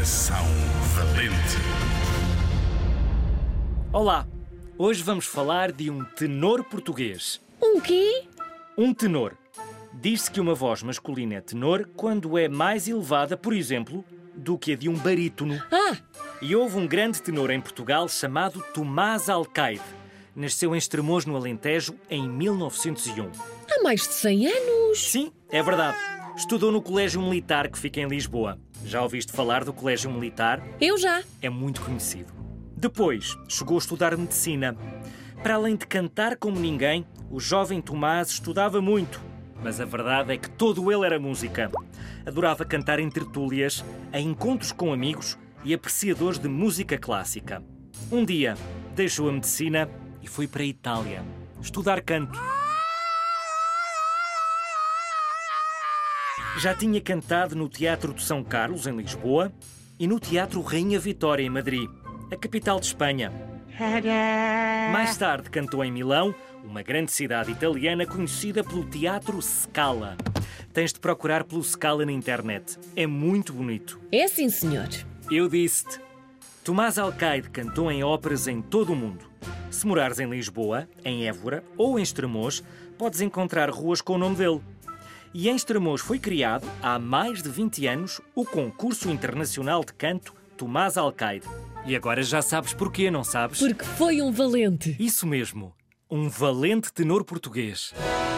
Geração Valente. Olá, hoje vamos falar de um tenor português. Um quê? Um tenor. Diz-se que uma voz masculina é tenor quando é mais elevada, por exemplo, do que a de um barítono. E houve um grande tenor em Portugal chamado Tomás Alcaide. Nasceu em Estremoz, no Alentejo, em 1901. Há mais de 100 anos. Sim, é verdade. Estudou no Colégio Militar, que fica em Lisboa. Já ouviste falar do Colégio Militar? Eu já. É muito conhecido. Depois, chegou a estudar medicina. Para além de cantar como ninguém, o jovem Tomás estudava muito. Mas a verdade é que todo ele era música. Adorava cantar em tertúlias, em encontros com amigos e apreciadores de música clássica. Um dia, deixou a medicina e foi para a Itália estudar canto. Já tinha cantado no Teatro de São Carlos, em Lisboa, e no Teatro Rainha Vitória, em Madrid, a capital de Espanha. Mais tarde cantou em Milão, uma grande cidade italiana conhecida pelo Teatro Scala. Tens de procurar pelo Scala na internet. É muito bonito. É sim, senhor. Eu disse-te. Tomás Alcaide cantou em óperas em todo o mundo. Se morares em Lisboa, em Évora ou em Estremoz, podes encontrar ruas com o nome dele. E em Estremoz foi criado, há mais de 20 anos, o Concurso Internacional de Canto Tomás Alcaide. E agora já sabes porquê, não sabes? Porque foi um valente. Isso mesmo, um valente tenor português.